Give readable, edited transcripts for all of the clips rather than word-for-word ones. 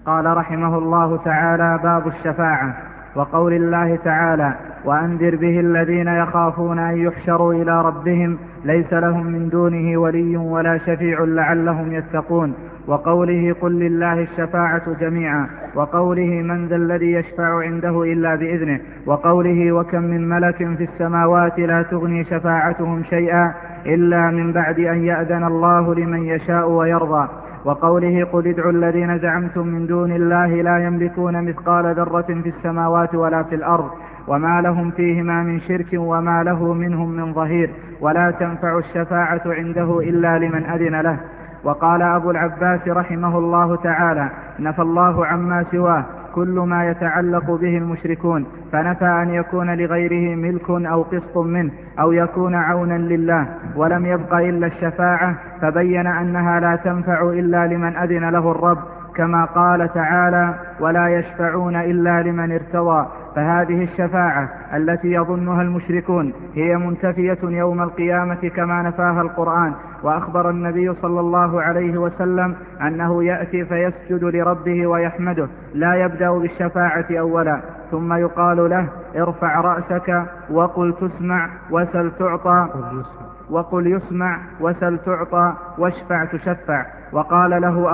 قال رحمه الله تعالى: باب الشفاعة. وقول الله تعالى: وأنذر به الذين يخافون أن يحشروا إلى ربهم ليس لهم من دونه ولي ولا شفيع لعلهم يتقون. وقوله: قل لله الشفاعة جميعا. وقوله: من ذا الذي يشفع عنده إلا بإذنه. وقوله: وكم من ملك في السماوات لا تغني شفاعتهم شيئا إلا من بعد أن يأذن الله لمن يشاء ويرضى. وقوله: قل ادعوا الذين زعمتم من دون الله لا يملكون مثقال ذرة في السماوات ولا في الأرض وما لهم فيهما من شرك وما له منهم من ظهير ولا تنفع الشفاعة عنده إلا لمن أذن له. وقال أبو العباس رحمه الله تعالى: نفى الله عما سواه كل ما يتعلق به المشركون، فنفى أن يكون لغيره ملك أو قسط منه أو يكون عونا لله، ولم يبق إلا الشفاعة، فبين أنها لا تنفع إلا لمن أذن له الرب، كما قال تعالى: ولا يشفعون إلا لمن ارتضى. فهذه الشفاعة التي يظنها المشركون هي منتفية يوم القيامة كما نفاها القرآن. وأخبر النبي صلى الله عليه وسلم أنه يأتي فيسجد لربه ويحمده، لا يبدأ بالشفاعة أولا، ثم يقال له: ارفع رأسك وقل تسمع وسل تعطى، وقل يسمع وسل تعطى واشفع تشفع. وقال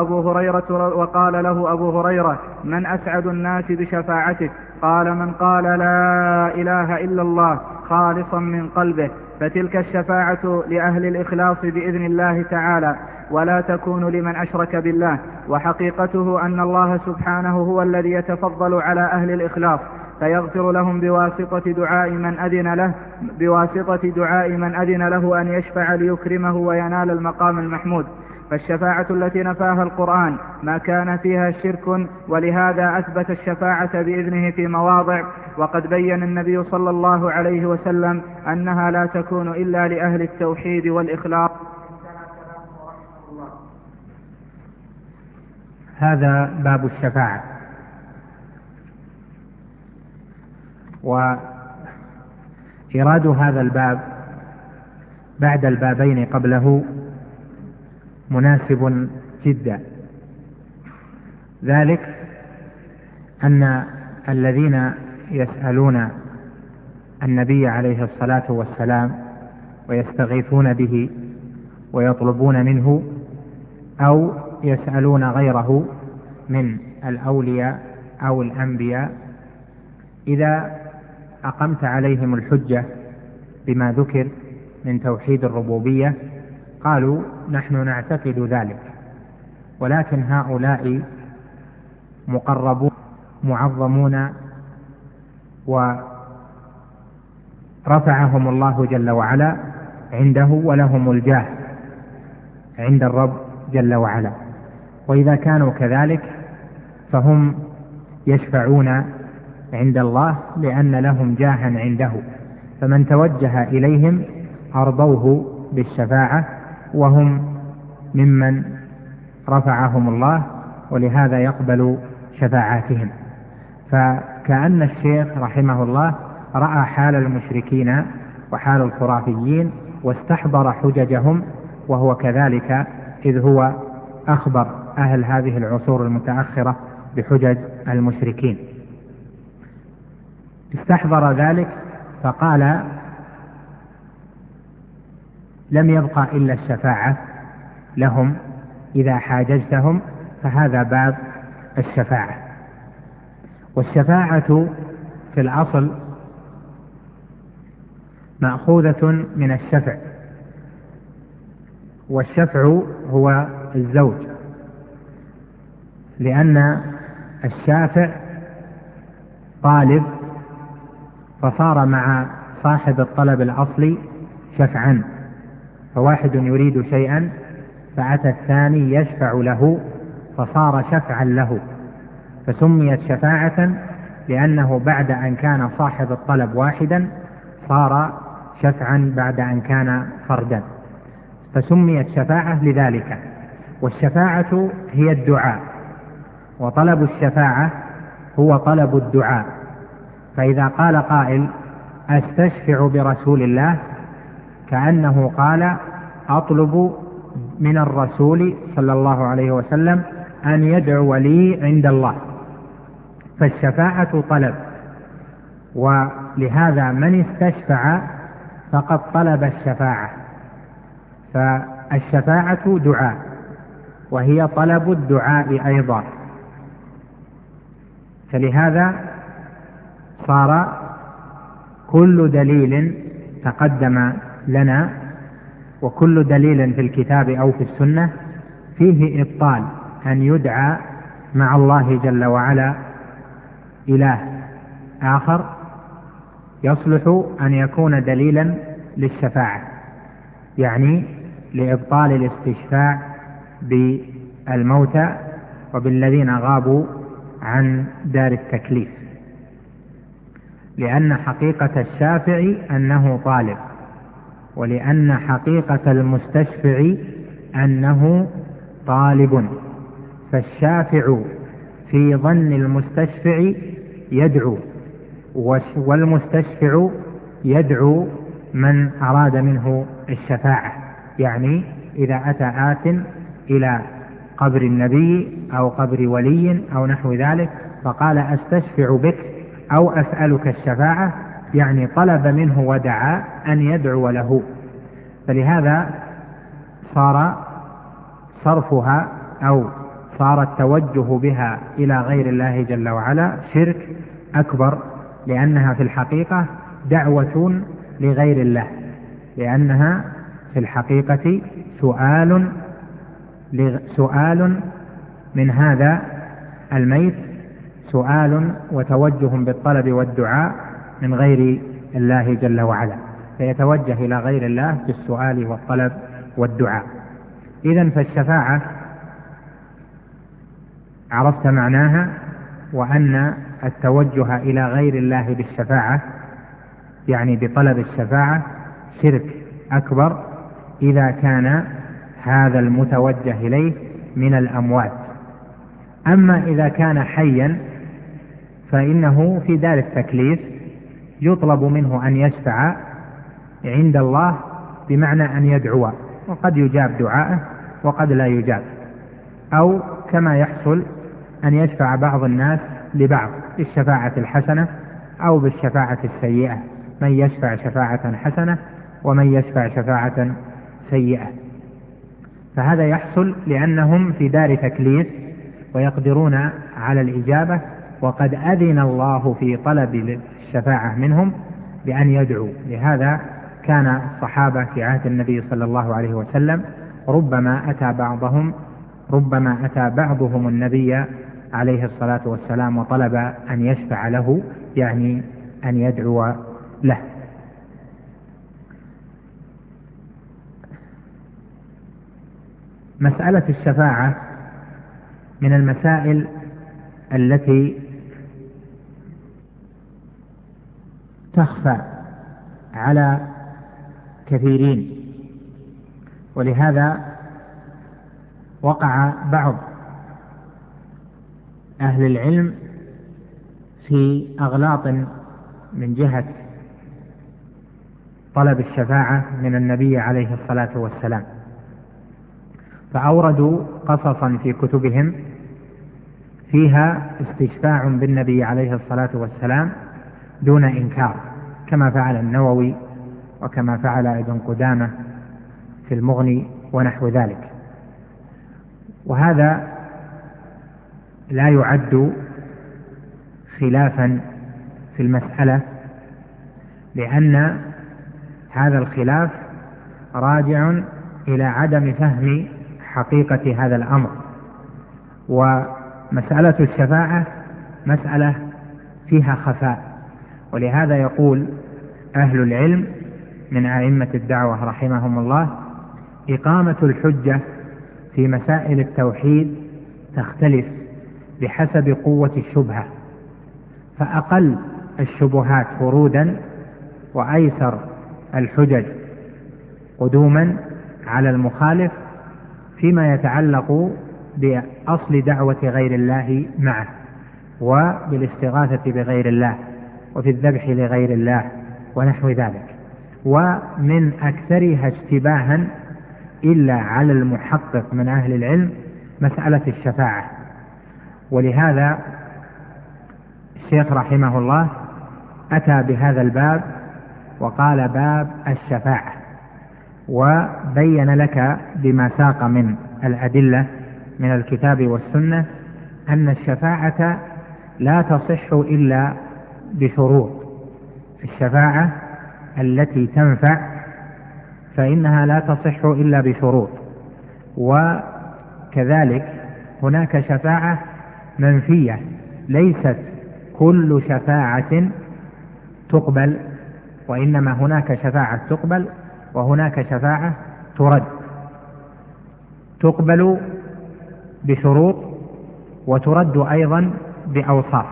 له أبو هريرة: من أسعد الناس بشفاعتك؟ قال: من قال لا إله إلا الله خالصا من قلبه. فتلك الشفاعة لأهل الإخلاص بإذن الله تعالى، ولا تكون لمن أشرك بالله. وحقيقته أن الله سبحانه هو الذي يتفضل على أهل الإخلاص فيغفر لهم بواسطة دعاء من أذن له أن يشفع ليكرمه وينال المقام المحمود. فالشفاعة التي نفاها القرآن ما كان فيها شرك، ولهذا أثبت الشفاعة بإذنه في مواضع. وقد بين النبي صلى الله عليه وسلم أنها لا تكون إلا لأهل التوحيد والإخلاص. هذا باب الشفاعة. وإيراد هذا الباب بعد البابين قبله مناسب جدا، ذلك أن الذين يسألون النبي عليه الصلاة والسلام ويستغيثون به ويطلبون منه أو يسألون غيره من الأولياء أو الأنبياء، إذا أقمت عليهم الحجة بما ذكر من توحيد الربوبية قالوا: نحن نعتقد ذلك، ولكن هؤلاء مقربون معظمون ورفعهم الله جل وعلا عنده ولهم الجاه عند الرب جل وعلا. وإذا كانوا كذلك فهم يشفعون عند الله لأن لهم جاها عنده، فمن توجه إليهم أرضوه بالشفاعة وهم ممن رفعهم الله، ولهذا يقبل شفاعاتهم. فكأن الشيخ رحمه الله رأى حال المشركين وحال الخرافيين واستحضر حججهم، وهو كذلك إذ هو أخبر أهل هذه العصور المتأخرة بحجج المشركين. استحضر ذلك فقال: لم يبقى إلا الشفاعة لهم، إذا حاججتهم فهذا باب الشفاعة. والشفاعة في الأصل مأخوذة من الشفع، والشفع هو الزوج، لأن الشافع طالب فصار مع صاحب الطلب الأصلي شفعا، فواحد يريد شيئا فأتى الثاني يشفع له فصار شفعا له، فسميت شفاعة لأنه بعد أن كان صاحب الطلب واحدا صار شفعا بعد أن كان فردا، فسميت شفاعة لذلك. والشفاعة هي الدعاء، وطلب الشفاعة هو طلب الدعاء. فإذا قال قائل: أستشفع برسول الله، كأنه قال: أطلب من الرسول صلى الله عليه وسلم أن يدعو لي عند الله، فالشفاعة طلب، ولهذا من استشفع فقد طلب الشفاعة، فالشفاعة دعاء وهي طلب الدعاء أيضا، فلهذا صار كل دليل تقدم لنا وكل دليل في الكتاب أو في السنة فيه إبطال أن يدعى مع الله جل وعلا إله آخر يصلح أن يكون دليلا للشفاعة، يعني لإبطال الاستشفاع بالموتى وبالذين غابوا عن دار التكليف، لأن حقيقة الشافع أنه طالب، ولأن حقيقة المستشفع أنه طالب، فالشافع في ظن المستشفع يدعو، والمستشفع يدعو من أراد منه الشفاعة. يعني إذا أتى آت إلى قبر النبي أو قبر ولي أو نحو ذلك فقال أستشفع بك أو أسألك الشفاعة، يعني طلب منه ودعا أن يدعو له، فلهذا صار صرفها أو صار التوجه بها إلى غير الله جل وعلا شرك أكبر، لأنها في الحقيقة دعوة لغير الله، لأنها في الحقيقة سؤال من هذا الميت، سؤال وتوجه بالطلب والدعاء من غير الله جل وعلا، فيتوجه إلى غير الله بالسؤال والطلب والدعاء. إذن فالشفاعة عرفت معناها، وأن التوجه إلى غير الله بالشفاعة يعني بطلب الشفاعة شرك أكبر إذا كان هذا المتوجه إليه من الأموات. أما إذا كان حيا فإنه في دار التكليف يطلب منه أن يشفع عند الله، بمعنى أن يدعو، وقد يجاب دعاءه وقد لا يجاب، أو كما يحصل أن يشفع بعض الناس لبعض بالشفاعة الحسنة أو بالشفاعة السيئة، من يشفع شفاعة حسنة ومن يشفع شفاعة سيئة، فهذا يحصل لأنهم في دار تكليف ويقدرون على الإجابة، وقد أذن الله في طلب الشفاعة منهم بأن يدعوا. لهذا كان الصحابة في عهد النبي صلى الله عليه وسلم ربما أتى بعضهم النبي عليه الصلاة والسلام وطلب أن يشفع له، يعني أن يدعو له. مسألة الشفاعة من المسائل التي تخفى على كثيرين، ولهذا وقع بعض أهل العلم في أغلاط من جهة طلب الشفاعة من النبي عليه الصلاة والسلام، فأوردوا قصصا في كتبهم فيها استشفاع بالنبي عليه الصلاة والسلام دون إنكار، كما فعل النووي وكما فعل ابن قدامة في المغني ونحو ذلك، وهذا لا يعد خلافا في المسألة، لأن هذا الخلاف راجع إلى عدم فهم حقيقة هذا الأمر. ومسألة الشفاعة مسألة فيها خفاء، ولهذا يقول أهل العلم من أئمة الدعوة رحمهم الله: إقامة الحجة في مسائل التوحيد تختلف بحسب قوة الشبهة، فأقل الشبهات ورودا وأيسر الحجج قدوما على المخالف فيما يتعلق بأصل دعوة غير الله معه، وبالاستغاثة بغير الله، وفي الذبح لغير الله ونحو ذلك. ومن أكثرها اشتباها إلا على المحقق من أهل العلم مسألة الشفاعة. ولهذا الشيخ رحمه الله أتى بهذا الباب وقال باب الشفاعة، وبين لك بما ساق من الأدلة من الكتاب والسنة أن الشفاعة لا تصح إلا بشروط. الشفاعة التي تنفع فإنها لا تصح إلا بشروط. وكذلك هناك شفاعة منفية، ليست كل شفاعة تقبل، وإنما هناك شفاعة تقبل وهناك شفاعة ترد. تقبل بشروط وترد أيضا بأوصاف.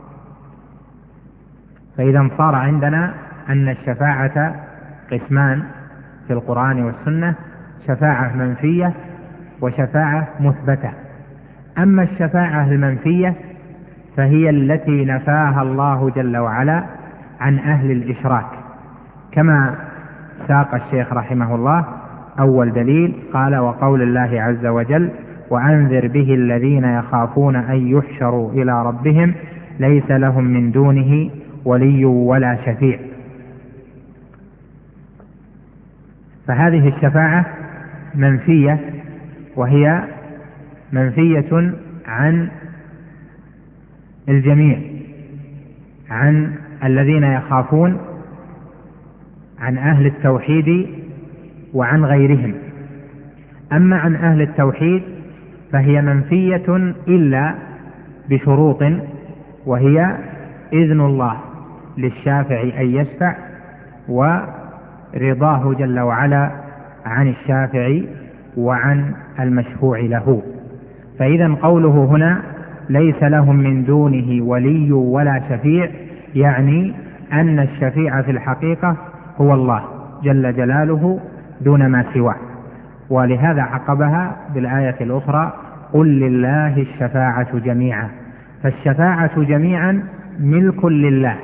فإذا صار عندنا أن الشفاعة قسمان في القرآن والسنة: شفاعة منفية وشفاعة مثبتة. أما الشفاعة المنفية فهي التي نفاها الله جل وعلا عن أهل الإشراك، كما ساق الشيخ رحمه الله أول دليل قال: وقول الله عز وجل: وأنذر به الذين يخافون أن يحشروا إلى ربهم ليس لهم من دونه ولي ولا شفيع. فهذه الشفاعة منفية، وهي منفية عن الجميع، عن الذين يخافون، عن أهل التوحيد وعن غيرهم. أما عن أهل التوحيد فهي منفية إلا بشروط، وهي إذن الله للشافع أن يشفع، ورضاه جل وعلا عن الشافع وعن المشفوع له. فإذا قوله هنا ليس لهم من دونه ولي ولا شفيع، يعني أن الشفيع في الحقيقة هو الله جل جلاله دون ما سواه. ولهذا عقبها بالآية الأخرى: قل لله الشفاعة جميعا. فالشفاعة جميعا ملك لله،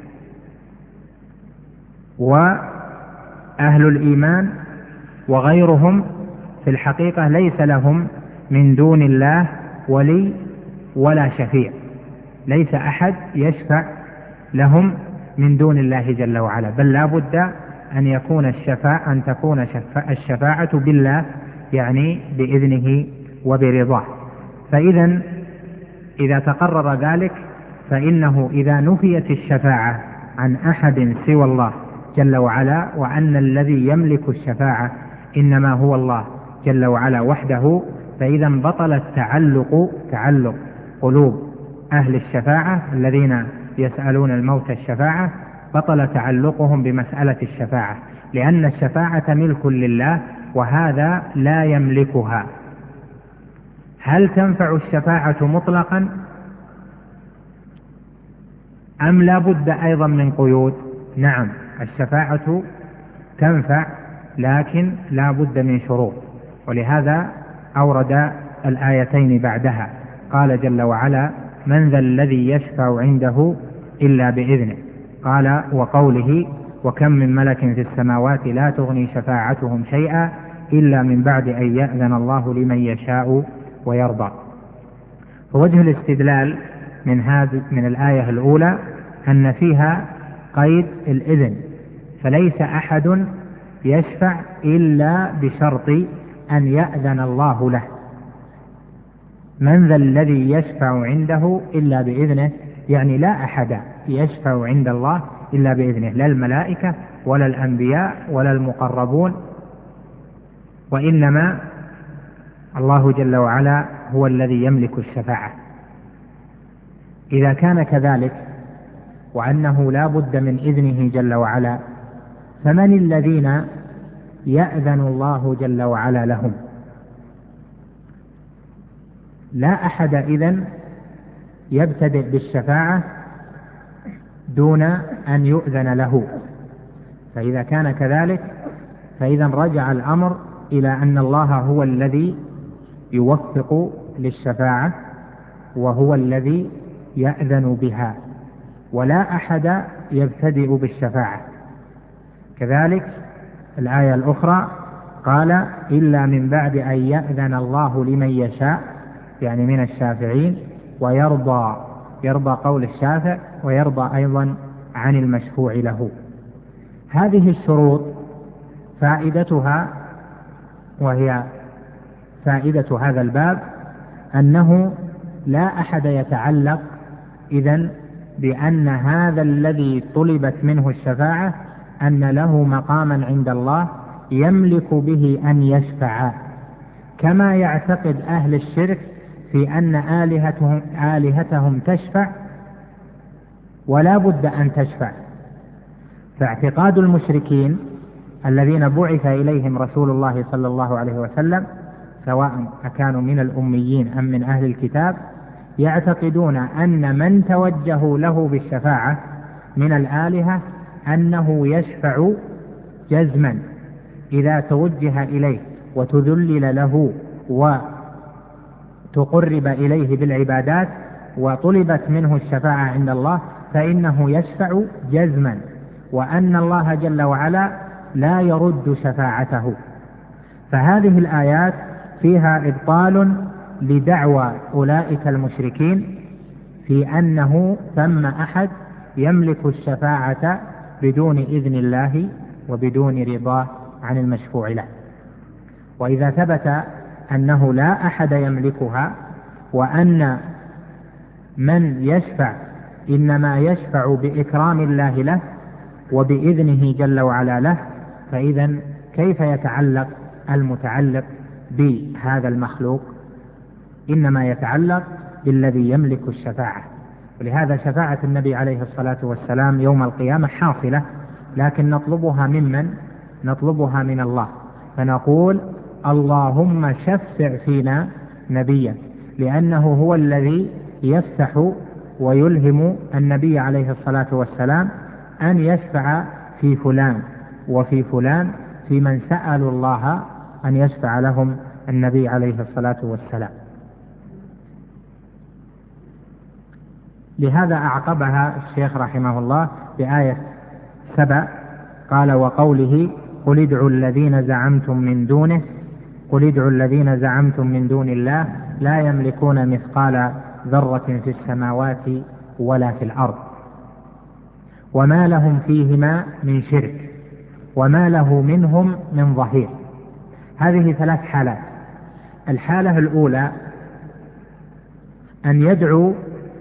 وأهل الإيمان وغيرهم في الحقيقة ليس لهم من دون الله ولي ولا شفيع، ليس أحد يشفع لهم من دون الله جل وعلا، بل لا بد أن تكون الشفاعة بالله، يعني بإذنه وبرضاه. فإذا إذا تقرر ذلك فإنه إذا نفيت الشفاعة عن أحد سوى الله جل وعلا، وأن الذي يملك الشفاعة إنما هو الله جل وعلا وحده، فإذا بطل تعلق قلوب أهل الشفاعة الذين يسألون الموت الشفاعة، بطل تعلقهم بمسألة الشفاعة، لأن الشفاعة ملك لله وهذا لا يملكها. هل تنفع الشفاعة مطلقا أم لا بد أيضا من قيود؟ نعم، الشفاعة تنفع لكن لا بد من شروط، ولهذا أورد الآيتين بعدها. قال جل وعلا: من ذا الذي يشفع عنده إلا بإذنه. قال: وقوله: وكم من ملك في السماوات لا تغني شفاعتهم شيئا إلا من بعد أن يأذن الله لمن يشاء ويرضى. فوجه الاستدلال من الآية الأولى أن فيها قيد الإذن، فليس أحد يشفع إلا بشرط أن يأذن الله له. من ذا الذي يشفع عنده إلا بإذنه، يعني لا أحد يشفع عند الله إلا بإذنه، لا الملائكة ولا الأنبياء ولا المقربون، وإنما الله جل وعلا هو الذي يملك الشفاعة. إذا كان كذلك وأنه لا بد من إذنه جل وعلا، فمن الذين يأذن الله جل وعلا لهم؟ لا أحد إذن يبتدئ بالشفاعة دون أن يؤذن له. فإذا كان كذلك فإذا رجع الأمر إلى أن الله هو الذي يوفق للشفاعة وهو الذي يأذن بها، ولا أحد يبتدئ بالشفاعة. كذلك الآية الأخرى قال: إلا من بعد أن يأذن الله لمن يشاء يعني من الشافعين، ويرضى قول الشافع، ويرضى أيضا عن المشفوع له. هذه الشروط فائدتها، وهي فائدة هذا الباب، أنه لا أحد يتعلق إذن بأن هذا الذي طلبت منه الشفاعة أن له مقاما عند الله يملك به أن يشفع، كما يعتقد أهل الشرك في أن آلهتهم تشفع ولا بد أن تشفع. فاعتقاد المشركين الذين بعث إليهم رسول الله صلى الله عليه وسلم، سواء أكانوا من الأميين أم من أهل الكتاب، يعتقدون أن من توجهوا له بالشفاعة من الآلهة أنه يشفع جزما إذا توجه إليه وتذلل له وتقرب إليه بالعبادات وطلبت منه الشفاعة عند الله فإنه يشفع جزما، وأن الله جل وعلا لا يرد شفاعته. فهذه الآيات فيها إبطال لدعوى أولئك المشركين في أنه ثم أحد يملك الشفاعة بدون إذن الله وبدون رضاه عن المشفوع له. وإذا ثبت أنه لا أحد يملكها، وأن من يشفع إنما يشفع بإكرام الله له وبإذنه جل وعلا له، فإذا كيف يتعلق المتعلق بهذا المخلوق؟ إنما يتعلق بالذي يملك الشفاعة. ولهذا شفاعة النبي عليه الصلاة والسلام يوم القيامة حاصلة، لكن نطلبها ممن؟ نطلبها من الله، فنقول اللهم شفع فينا نبيا، لأنه هو الذي يفتح ويلهم النبي عليه الصلاة والسلام أن يشفع في فلان وفي فلان، في من سألوا الله أن يشفع لهم النبي عليه الصلاة والسلام. لهذا أعقبها الشيخ رحمه الله بآية 7، قال وقوله قل ادعوا الذين زعمتم من دونه، قل ادعوا الذين زعمتم من دون الله لا يملكون مثقال ذرة في السماوات ولا في الأرض وما لهم فيهما من شرك وما له منهم من ظهير. هذه 3 حالات. الحالة الأولى أن يدعوا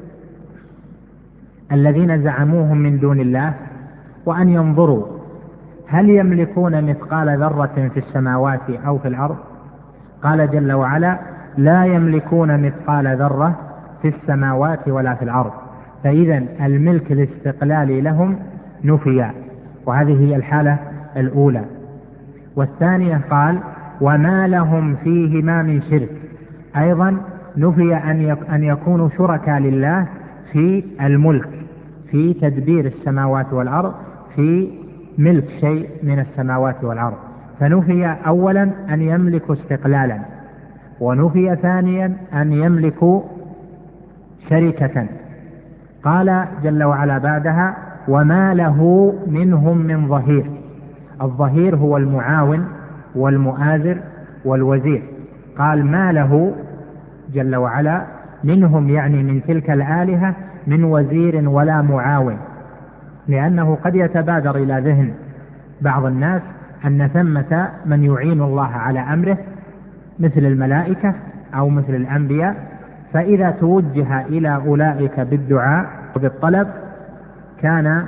الذين زعموهم من دون الله وأن ينظروا هل يملكون مثقال ذرة في السماوات أو في الأرض. قال جل وعلا لا يملكون مثقال ذرة في السماوات ولا في الأرض، فإذا الملك الاستقلالي لهم نفي، وهذه هي الحالة الأولى. والثانية قال وما لهم فيهما من شرك، أيضا نفي أن يكونوا شركاء لله في الملك، في تدبير السماوات والأرض، في ملك شيء من السماوات والأرض. فنفي أولا أن يملكوا استقلالا، ونفي ثانيا أن يملكوا شركة. قال جل وعلا بعدها وما له منهم من ظهير. الظهير هو المعاون والمؤازر والوزير. قال ما له جل وعلا منهم، يعني من تلك الآلهة، من وزير ولا معاون، لأنه قد يتبادر إلى ذهن بعض الناس أن ثمة من يعين الله على أمره مثل الملائكة أو مثل الأنبياء، فإذا توجه إلى أولئك بالدعاء وبالطلب كان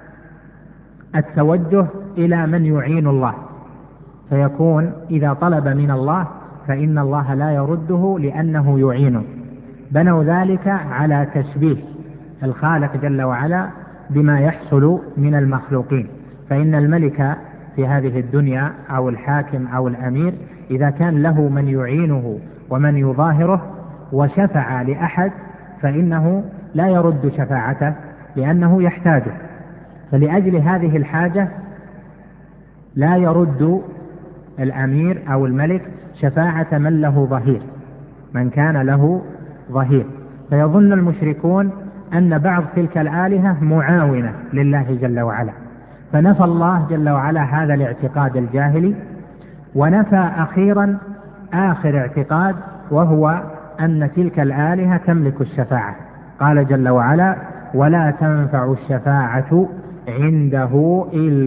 التوجه إلى من يعين الله، فيكون إذا طلب من الله فإن الله لا يرده لأنه يعينه. بنوا ذلك على تشبيه الخالق جل وعلا بما يحصل من المخلوقين. فإن الملك في هذه الدنيا أو الحاكم أو الأمير إذا كان له من يعينه ومن يظاهره وشفع لأحد فإنه لا يرد شفاعته لأنه يحتاجه، فلأجل هذه الحاجة لا يرد الأمير أو الملك شفاعة من له ظهير، من كان له ظهير. فيظن المشركون أن بعض تلك الآلهة معاونة لله جل وعلا، فنفى الله جل وعلا هذا الاعتقاد الجاهلي، ونفى أخيرا آخر اعتقاد، وهو أن تلك الآلهة تملك الشفاعة. قال جل وعلا: ولا تنفع الشفاعة عنده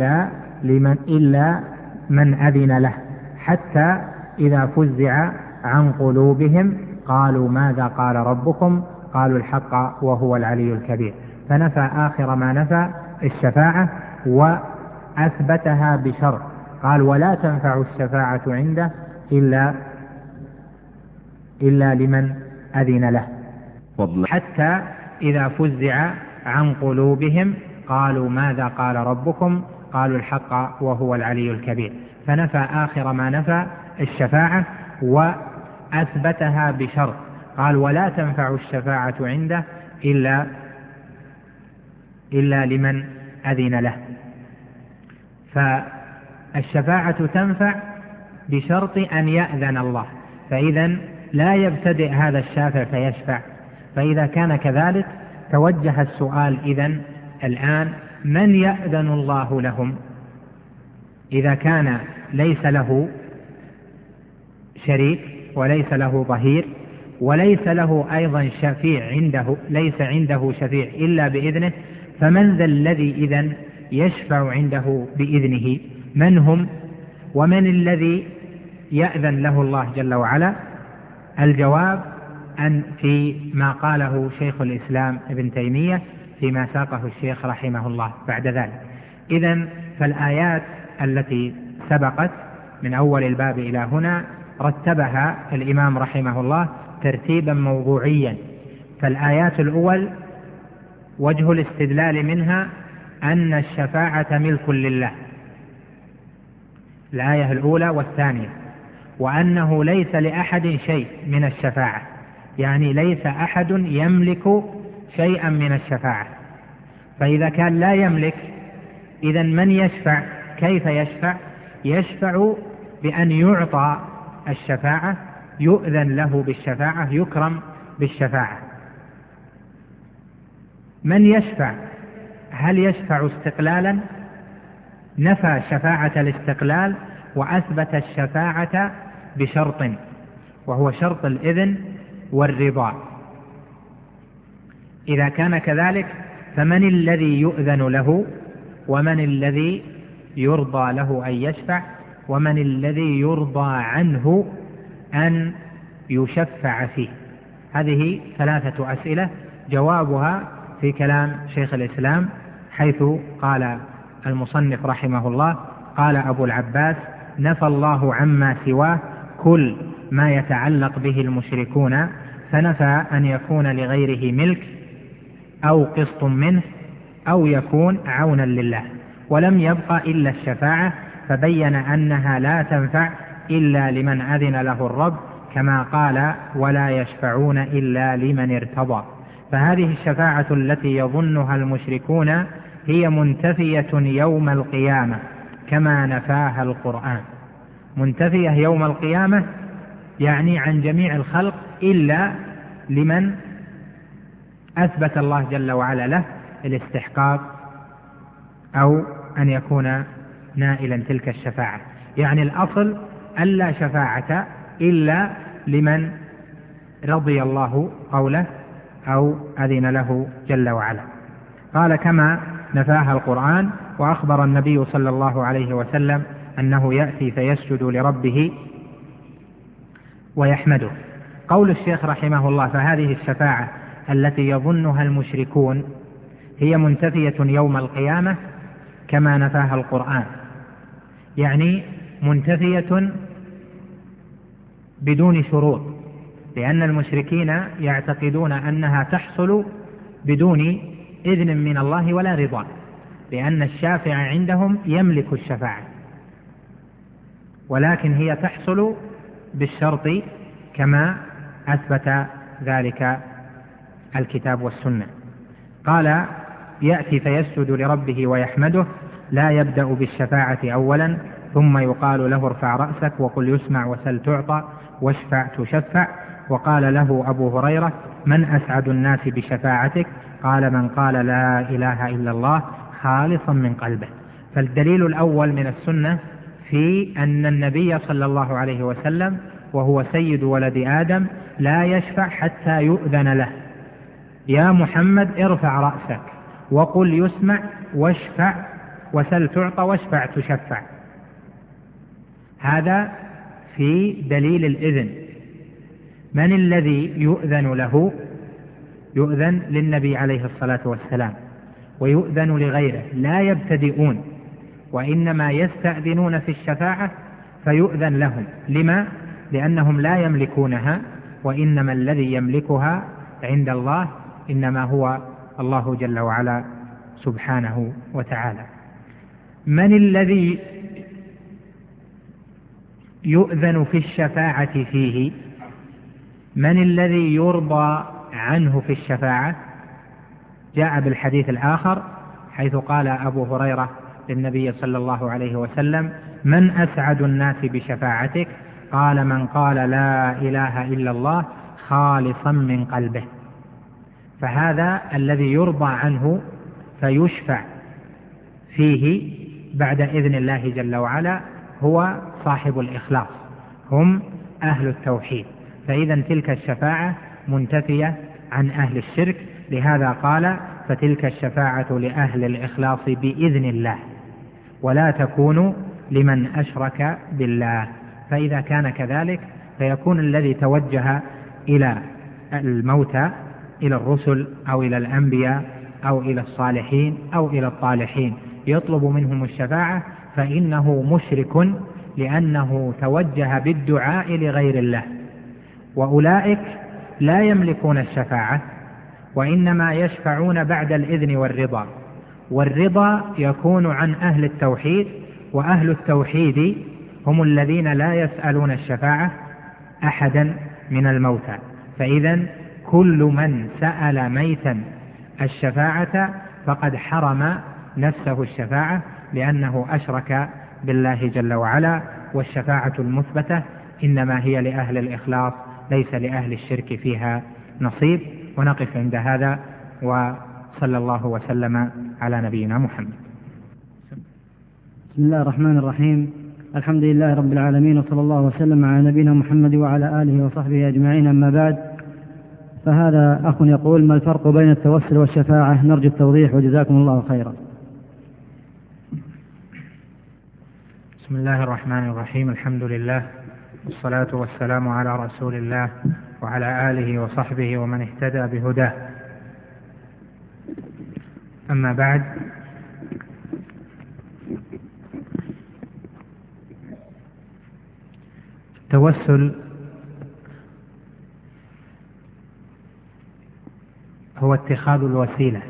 إلا من أذن له حتى إذا فزع عن قلوبهم قالوا ماذا قال ربكم قالوا الحق وهو العلي الكبير. فنفى آخر ما نفى الشفاعة وأثبتها بشرط، قال: ولا تنفع الشفاعة عنده إلا لمن أذن له حتى إذا فزع عن قلوبهم قالوا ماذا قال ربكم قالوا الحق وهو العلي الكبير. فنفى آخر ما نفى الشفاعة وأثبتها بشرط، قال: ولا تنفع الشفاعة عنده إلا لمن أذن له. فالشفاعة تنفع بشرط أن يأذن الله، فإذا لا يبتدئ هذا الشافع فيشفع. فإذا كان كذلك توجه السؤال إذن الآن: من يأذن الله لهم؟ إذا كان ليس له شريك وليس له ظهير وليس له أيضا شفيع ليس عنده شفيع إلا بإذنه، فمن ذا الذي إذن يشفع عنده بإذنه؟ من هم ومن الذي يأذن له الله جل وعلا؟ الجواب أن في ما قاله شيخ الإسلام ابن تيمية فيما ساقه الشيخ رحمه الله بعد ذلك. إذن فالآيات التي سبقت من أول الباب إلى هنا رتبها الإمام رحمه الله ترتيبا موضوعيا. فالآيات الأول وجه الاستدلال منها أن الشفاعة ملك لله، الآية الأولى والثانية، وأنه ليس لأحد شيء من الشفاعة، يعني ليس أحد يملك شيئا من الشفاعة. فإذا كان لا يملك، إذن من يشفع؟ كيف يشفع؟ يشفع بأن يعطى الشفاعة، يؤذن له بالشفاعة، يكرم بالشفاعة. من يشفع؟ هل يشفع استقلالا؟ نفى شفاعة الاستقلال وأثبت الشفاعة بشرط، وهو شرط الإذن والرضا. إذا كان كذلك فمن الذي يؤذن له ومن الذي يرضى له أن يشفع ومن الذي يرضى عنه أن يشفع فيه؟ هذه 3 أسئلة جوابها في كلام شيخ الإسلام، حيث قال المصنف رحمه الله: قال أبو العباس: نفى الله عما سواه كل ما يتعلق به المشركون، فنفى أن يكون لغيره ملك أو قسط منه أو يكون عونا لله، ولم يبق إلا الشفاعة، فبين أنها لا تنفع إلا لمن أذن له الرب، كما قال: ولا يشفعون إلا لمن ارتضى. فهذه الشفاعة التي يظنها المشركون هي منتفية يوم القيامة كما نفاها القرآن. منتفية يوم القيامة يعني عن جميع الخلق إلا لمن أثبت الله جل وعلا له الاستحقاق أو أن يكون نائلا تلك الشفاعة. يعني الأصل ألا شفاعة إلا لمن رضي الله قوله أو أذن له جل وعلا. قال: كما نفاها القرآن. وأخبر النبي صلى الله عليه وسلم أنه يأتي فيسجد لربه ويحمده. قول الشيخ رحمه الله: فهذه الشفاعة التي يظنها المشركون هي منتفية يوم القيامة كما نفاها القرآن، يعني منتفية بدون شروط، لأن المشركين يعتقدون أنها تحصل بدون إذن من الله ولا رضا، لأن الشافع عندهم يملك الشفاعة، ولكن هي تحصل بالشرط كما أثبت ذلك الكتاب والسنة. قال: يأتي فيسجد لربه ويحمده، لا يبدأ بالشفاعة أولا ثم يقال له: ارفع رأسك وقل يسمع وسل تعطى واشفع تشفع. وقال له أبو هريرة: من أسعد الناس بشفاعتك؟ قال: من قال لا إله إلا الله خالصا من قلبه. فالدليل الأول من السنة في أن النبي صلى الله عليه وسلم وهو سيد ولد آدم لا يشفع حتى يؤذن له. يا محمد ارفع رأسك وقل يسمع واشفع وسل تعطى واشفع تشفع. هذا في دليل الإذن. من الذي يؤذن له؟ يؤذن للنبي عليه الصلاة والسلام، ويؤذن لغيره، لا يبتدئون وإنما يستأذنون في الشفاعة فيؤذن لهم. لما؟ لأنهم لا يملكونها، وإنما الذي يملكها عند الله إنما هو الله جل وعلا سبحانه وتعالى. من الذي يؤذن في الشفاعة فيه؟ من الذي يرضى عنه في الشفاعة؟ جاء بالحديث الآخر حيث قال أبو هريرة للنبي صلى الله عليه وسلم: من أسعد الناس بشفاعتك؟ قال: من قال لا إله إلا الله خالصا من قلبه. فهذا الذي يرضى عنه فيشفع فيه بعد إذن الله جل وعلا هو صاحب الإخلاص، هم أهل التوحيد. فإذا تلك الشفاعة منتفية عن أهل الشرك، لهذا قال: فتلك الشفاعة لأهل الإخلاص بإذن الله ولا تكون لمن أشرك بالله. فإذا كان كذلك فيكون الذي توجه إلى الموتى، إلى الرسل أو إلى الأنبياء أو إلى الصالحين أو إلى الطالحين يطلب منهم الشفاعة فإنه مشرك، لأنه توجه بالدعاء لغير الله. وأولئك لا يملكون الشفاعة، وإنما يشفعون بعد الإذن والرضا، والرضا يكون عن أهل التوحيد، وأهل التوحيد هم الذين لا يسألون الشفاعة أحدا من الموتى. فإذا كل من سأل ميتا الشفاعة فقد حرم نفسه الشفاعة، لأنه أشرك بالله جل وعلا. والشفاعة المثبتة إنما هي لأهل الإخلاص، ليس لأهل الشرك فيها نصيب. ونقف عند هذا، وصلى الله وسلم على نبينا محمد. بسم الله الرحمن الرحيم. الحمد لله رب العالمين، وصلى الله وسلم على نبينا محمد وعلى آله وصحبه أجمعين. أما بعد، فهذا أخ يقول: ما الفرق بين التوسل والشفاعة؟ نرجو التوضيح وجزاكم الله خيرا. بسم الله الرحمن الرحيم. الحمد لله والصلاة والسلام على رسول الله وعلى آله وصحبه ومن اهتدى بهداه. أما بعد، التوسل هو اتخاذ الوسيلة،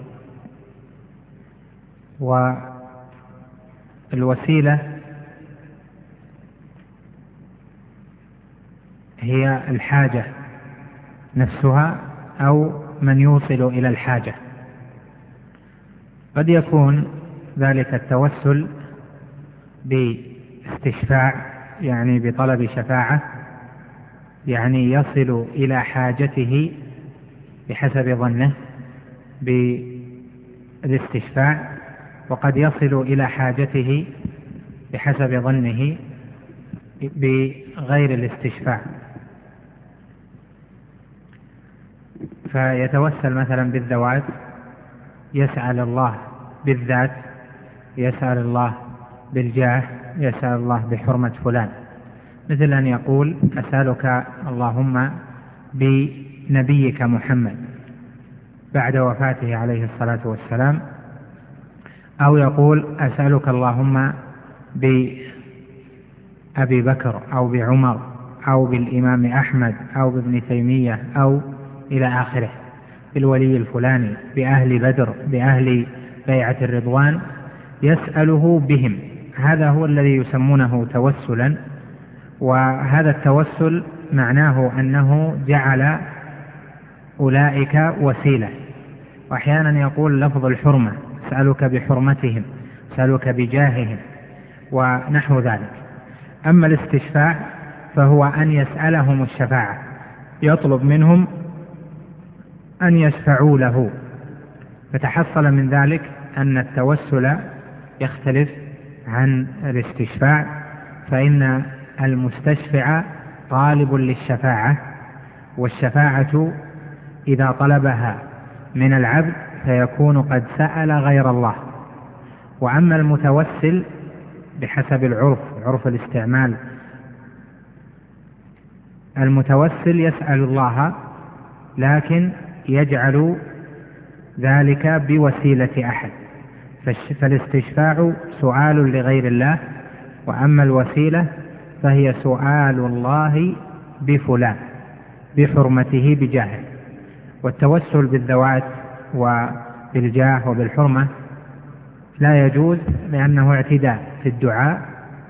والوسيلة هي الحاجة نفسها أو من يوصل إلى الحاجة. قد يكون ذلك التوسل باستشفاع، يعني بطلب شفاعة، يعني يصل إلى حاجته بحسب ظنه بالاستشفاع، وقد يصل إلى حاجته بحسب ظنه بغير الاستشفاع. فيتوسل مثلا بالذوات، يسأل الله بالذات، يسأل الله بالجاه، يسأل الله بحرمة فلان، مثل أن يقول: أسألك اللهم بنبيك محمد بعد وفاته عليه الصلاة والسلام، أو يقول: أسألك اللهم بأبي بكر أو بعمر أو بالإمام أحمد أو بابن تيمية أو إلى آخره، بالولي الفلاني، بأهل بدر، بأهل بيعة الرضوان، يسأله بهم. هذا هو الذي يسمونه توسلا. وهذا التوسل معناه أنه جعل أولئك وسيلة. وأحيانا يقول لفظ الحرمة: أسألك بحرمتهم، أسألك بجاههم، ونحو ذلك. أما الاستشفاع فهو أن يسألهم الشفاعة، يطلب منهم أن يشفعوا له. فتحصل من ذلك أن التوسل يختلف عن الاستشفاع، فإن المستشفع طالب للشفاعة، والشفاعة إذا طلبها من العبد فيكون قد سأل غير الله. وأما المتوسل بحسب العرف، عرف الاستعمال، المتوسل يسأل الله لكن يجعل ذلك بوسيلة أحد، فالاستشفاع سؤال لغير الله، وأما الوسيلة فهي سؤال الله بفلان بحرمته بجاهه. والتوسل بالذوات وبالجاه وبالحرمة لا يجوز لأنه اعتداء في الدعاء،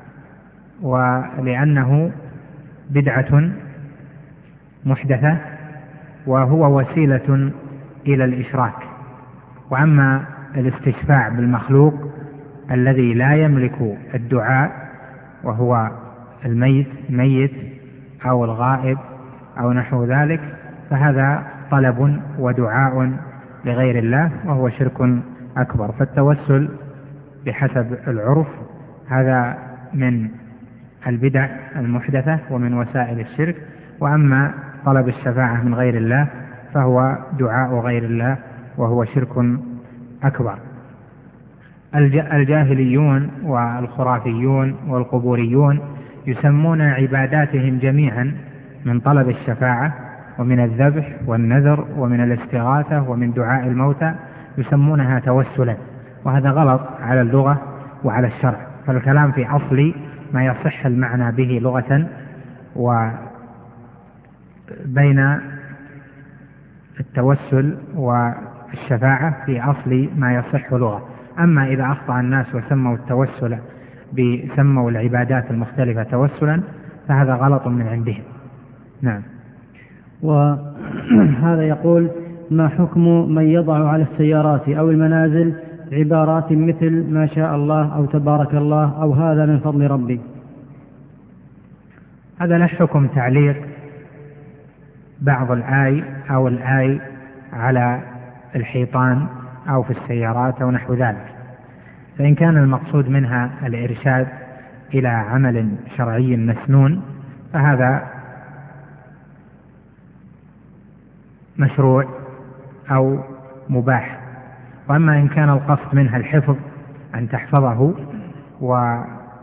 ولأنه بدعة محدثة وهو وسيلة إلى الإشراك. وأما الاستشفاع بالمخلوق الذي لا يملك الدعاء وهو الميت أو الغائب أو نحو ذلك، فهذا طلب ودعاء لغير الله وهو شرك أكبر. فالتوسل بحسب العرف هذا من البدع المحدثة ومن وسائل الشرك. وأما طلب الشفاعة من غير الله فهو دعاء غير الله وهو شرك أكبر. الجاهليون والخرافيون والقبوريون يسمون عباداتهم جميعا من طلب الشفاعة ومن الذبح والنذر ومن الاستغاثة ومن دعاء الموتى يسمونها توسلا، وهذا غلط على اللغة وعلى الشرع. فالكلام في أصل ما يصح المعنى به لغة، وبين التوسل والشفاعة في أصل ما يصح لغة. أما إذا أخطأ الناس وسموا التوسل سموا العبادات المختلفة توسلا فهذا غلط من عندهم. نعم. وهذا يقول: ما حكم من يضع على السيارات أو المنازل عبارات مثل ما شاء الله أو تبارك الله أو هذا من فضل ربي؟ هذا له حكم تعليق بعض الآي أو الآي على الحيطان أو في السيارات أو نحو ذلك. فإن كان المقصود منها الإرشاد إلى عمل شرعي مسنون فهذا مشروع أو مباح. وأما إن كان القصد منها الحفظ، أن تحفظه وأن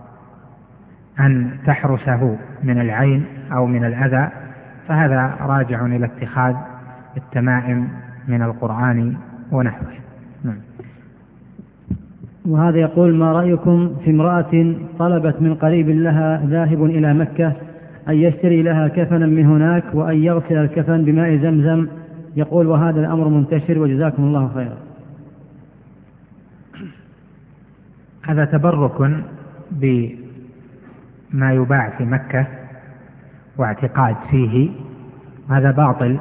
تحرسه من العين أو من الأذى، فهذا راجع إلى اتخاذ التمائم من القرآن ونحوه. وهذا يقول: ما رأيكم في امرأة طلبت من قريب لها ذاهب إلى مكة أن يشتري لها كفنا من هناك وأن يغسل الكفن بماء زمزم؟ يقول: وهذا الأمر منتشر وجزاكم الله خيرا. هذا تبرك بما يباع في مكة واعتقاد فيه، هذا باطل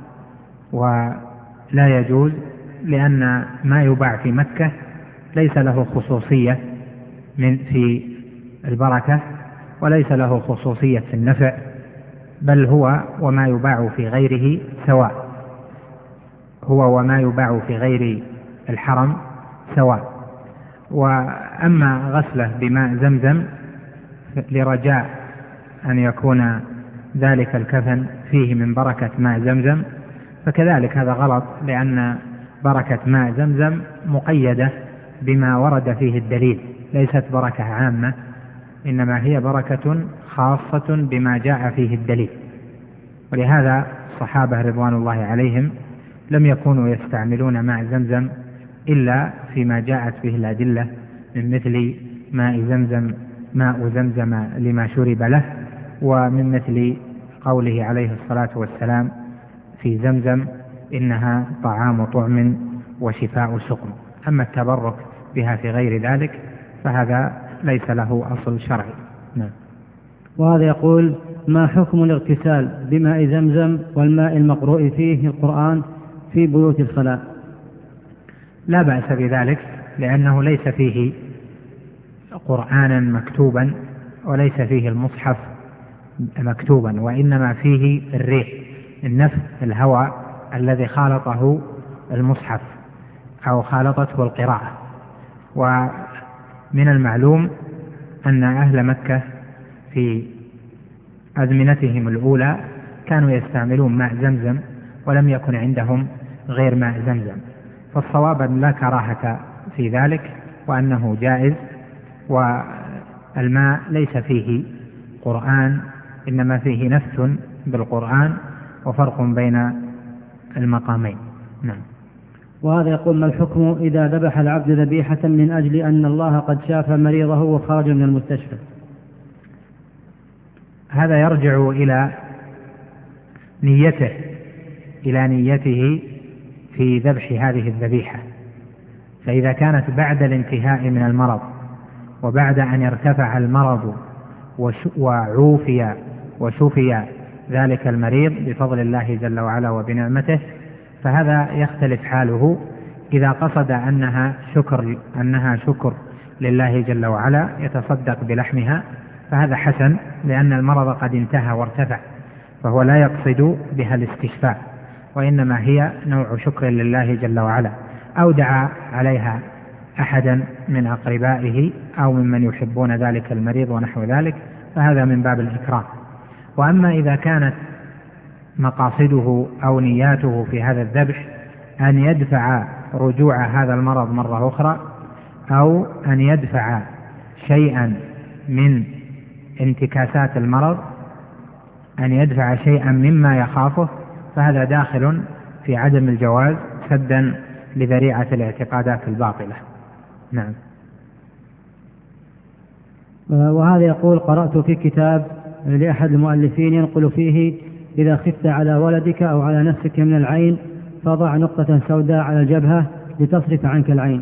ولا يجوز، لأن ما يباع في مكة ليس له خصوصية في البركة وليس له خصوصية في النفع، بل هو وما يباع في غيره سواء، هو وما يباع في غير الحرم سواء. وأما غسله بماء زمزم لرجاء أن يكون ذلك الكفن فيه من بركة ماء زمزم فكذلك هذا غلط، لأن بركة ماء زمزم مقيدة بما ورد فيه الدليل، ليست بركة عامة، إنما هي بركة خاصة بما جاء فيه الدليل. ولهذا الصحابة رضوان الله عليهم لم يكونوا يستعملون ماء زمزم إلا فيما جاءت به الأدلة، من مثل ماء زمزم لما شرب له، ومن مثل قوله عليه الصلاة والسلام في زمزم: إنها طعام طعم وشفاء سقم. أما التبرك بها في غير ذلك فهذا ليس له أصل شرعي. نعم. وهذا يقول: ما حكم الاغتسال بماء زمزم والماء المقروء فيه القرآن في بيوت الخلاء؟ لا بأس بذلك، لأنه ليس فيه قرآنا مكتوبا وليس فيه المصحف مكتوبا، وإنما فيه الريح، النفس، الهواء الذي خالطه المصحف أو خالطته القراءة. ومن المعلوم أن أهل مكة في أزمنتهم الأولى كانوا يستعملون ماء زمزم ولم يكن عندهم غير ماء زمزم، فالصواب أن لا كراهة في ذلك وأنه جائز، والماء ليس فيه قرآن، إنما فيه نفس بالقرآن وفرق بين المقامين. نعم. وهذا يقول: ما الحكم إذا ذبح العبد ذبيحة من أجل أن الله قد شاف مريضه وخرج من المستشفى؟ هذا يرجع إلى نيته في ذبح هذه الذبيحة، فإذا كانت بعد الانتهاء من المرض وبعد أن ارتفع المرض وشفي ذلك المريض بفضل الله جل وعلا وبنعمته، فهذا يختلف حاله. إذا قصد أنها شكر لله جل وعلا يتصدق بلحمها فهذا حسن، لأن المرض قد انتهى وارتفع، فهو لا يقصد بها الاستشفاء، وإنما هي نوع شكر لله جل وعلا، أو دعا عليها أحدا من أقربائه أو ممن يحبون ذلك المريض ونحو ذلك، فهذا من باب الإكرام. وأما إذا كانت مقاصده أو نياته في هذا الذبح أن يدفع رجوع هذا المرض مرة أخرى، أو أن يدفع شيئا من انتكاسات المرض، أن يدفع شيئا مما يخافه، فهذا داخل في عدم الجواز سدا لذريعة الاعتقادات الباطلة. نعم. وهذا يقول: قرأت في كتاب لأحد المؤلفين ينقل فيه: إذا خفت على ولدك أو على نفسك من العين فضع نقطة سوداء على الجبهة لتصرف عنك العين.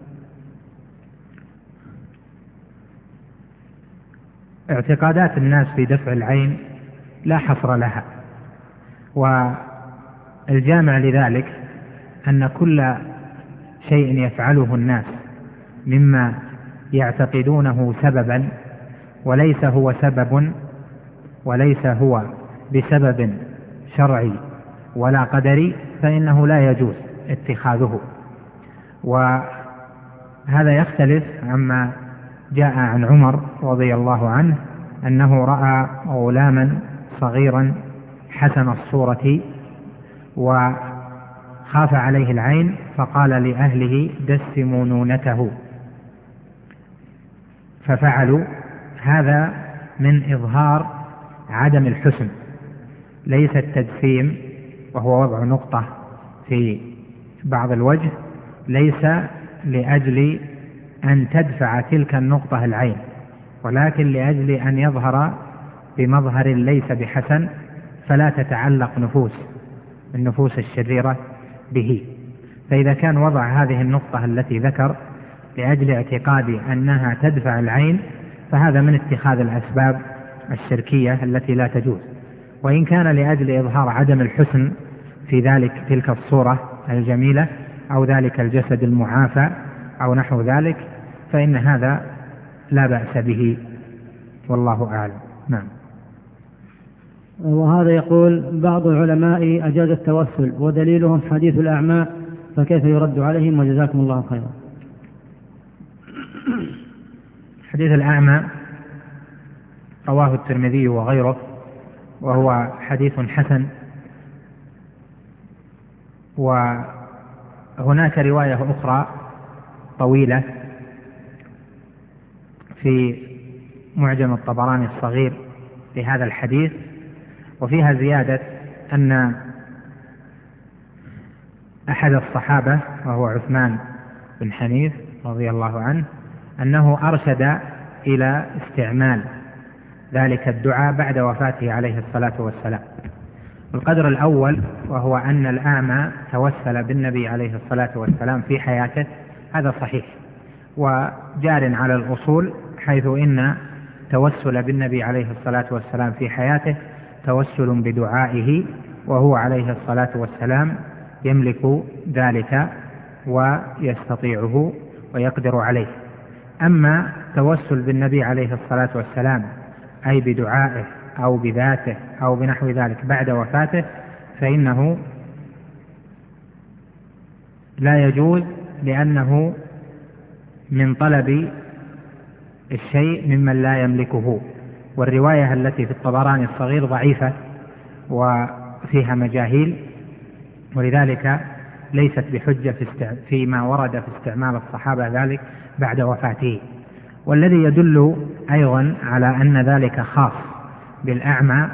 اعتقادات الناس في دفع العين لا حصر لها، والجامع لذلك أن كل شيء يفعله الناس مما يعتقدونه سببا وليس هو بسبب شرعي ولا قدري فإنه لا يجوز اتخاذه. وهذا يختلف عما جاء عن عمر رضي الله عنه أنه رأى غلاما صغيرا حسن الصورة وخاف عليه العين فقال لأهله: دسموا نونته، ففعلوا. هذا من إظهار عدم الحسن، ليس التدسيم وهو وضع نقطة في بعض الوجه، ليس لأجل أن تدفع تلك النقطة العين، ولكن لأجل أن يظهر بمظهر ليس بحسن، فلا تتعلق النفوس الشريرة به. فإذا كان وضع هذه النقطة التي ذكر لأجل اعتقاد أنها تدفع العين فهذا من اتخاذ الأسباب الشركية التي لا تجوز. وإن كان لأجل إظهار عدم الحسن في تلك الصورة الجميلة أو ذلك الجسد المعافى أو نحو ذلك فإن هذا لا بأس به، والله أعلم. نعم. وهذا يقول: بعض العلماء أجاز التوسل ودليلهم حديث الأعمى، فكيف يرد عليهم؟ وجزاكم الله خيرا. حديث الأعمى رواه الترمذي وغيره، وهو حديث حسن. وهناك رواية أخرى طويلة في معجم الطبراني الصغير لهذا الحديث، وفيها زيادة أن أحد الصحابة وهو عثمان بن حنيف رضي الله عنه أنه أرشد إلى استعمال ذلك الدعاء بعد وفاته عليه الصلاة والسلام. القدر الأول وهو أن الأعمى توسل بالنبي عليه الصلاة والسلام في حياته، هذا صحيح وجار على الأصول، حيث إن توسل بالنبي عليه الصلاة والسلام في حياته توسل بدعائه، وهو عليه الصلاة والسلام يملك ذلك ويستطيعه ويقدر عليه. أما توسل بالنبي عليه الصلاة والسلام أي بدعائه أو بذاته أو بنحو ذلك بعد وفاته فإنه لا يجوز، لأنه من طلب الشيء ممن لا يملكه. والرواية التي في الطبراني الصغير ضعيفة، وفيها مجاهيل، ولذلك ليست بحجة فيما ورد في استعمال الصحابة ذلك بعد وفاته. والذي يدل أيضا على أن ذلك خاص بالأعمى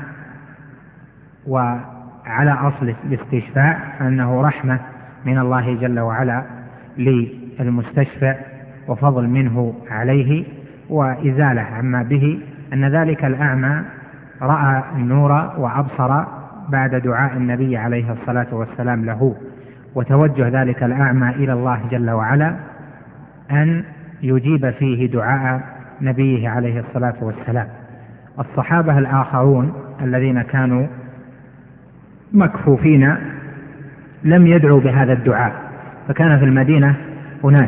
وعلى أصل الاستشفاء أنه رحمة من الله جل وعلا للمستشفع وفضل منه عليه وإزالة عما به، أن ذلك الأعمى رأى النور وأبصر بعد دعاء النبي عليه الصلاة والسلام له، وتوجه ذلك الأعمى إلى الله جل وعلا أن يجيب فيه دعاء نبيه عليه الصلاة والسلام. الصحابة الآخرون الذين كانوا مكفوفين لم يدعوا بهذا الدعاء، فكان في المدينة أناس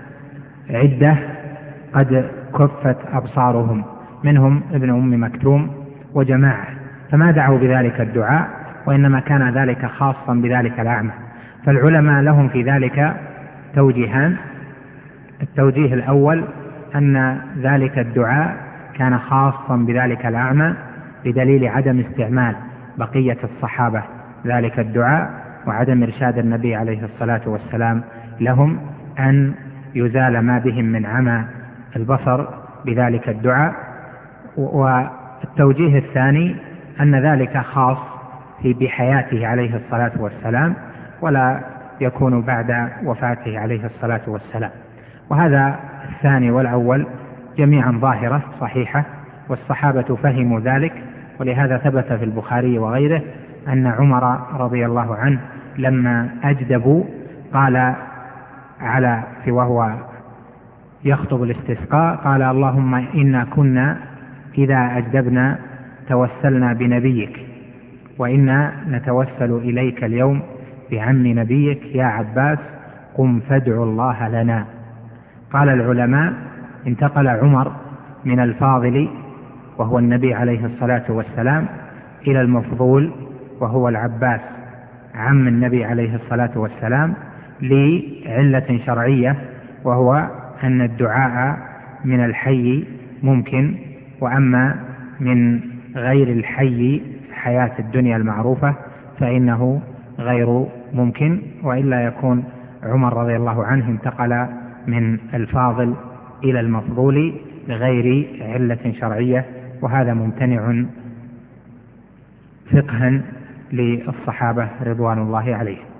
عدة قد كفت أبصارهم، منهم ابن أم مكتوم وجماعة، فما دعوا بذلك الدعاء، وإنما كان ذلك خاصا بذلك الأعمى. فالعلماء لهم في ذلك توجيهان: التوجيه الأول أن ذلك الدعاء كان خاصا بذلك الأعمى بدليل عدم استعمال بقية الصحابة ذلك الدعاء، وعدم إرشاد النبي عليه الصلاة والسلام لهم أن يزال ما بهم من عمى البصر بذلك الدعاء. والتوجيه الثاني أن ذلك خاص بحياته عليه الصلاة والسلام، ولا يكون بعد وفاته عليه الصلاة والسلام. وهذا الثاني والأول جميعا ظاهرة صحيحة، والصحابة فهموا ذلك، ولهذا ثبت في البخاري وغيره أن عمر رضي الله عنه لما أجدبوا قال وهو يخطب الاستسقاء قال: اللهم إنا كنا إذا أجدبنا توسلنا بنبيك، وإنا نتوسل إليك اليوم بعم نبيك يا عباس، قم فادعوا الله لنا. قال العلماء: انتقل عمر من الفاضل وهو النبي عليه الصلاة والسلام إلى المفضول وهو العباس عم النبي عليه الصلاة والسلام لعلة شرعية، وهو أن الدعاء من الحي ممكن، وأما من غير الحي حياة الدنيا المعروفة فإنه غير ممكن، وإلا يكون عمر رضي الله عنه انتقل من الفاضل إلى المفضول لغير علة شرعية، وهذا ممتنع فقها للصحابة رضوان الله عليهم.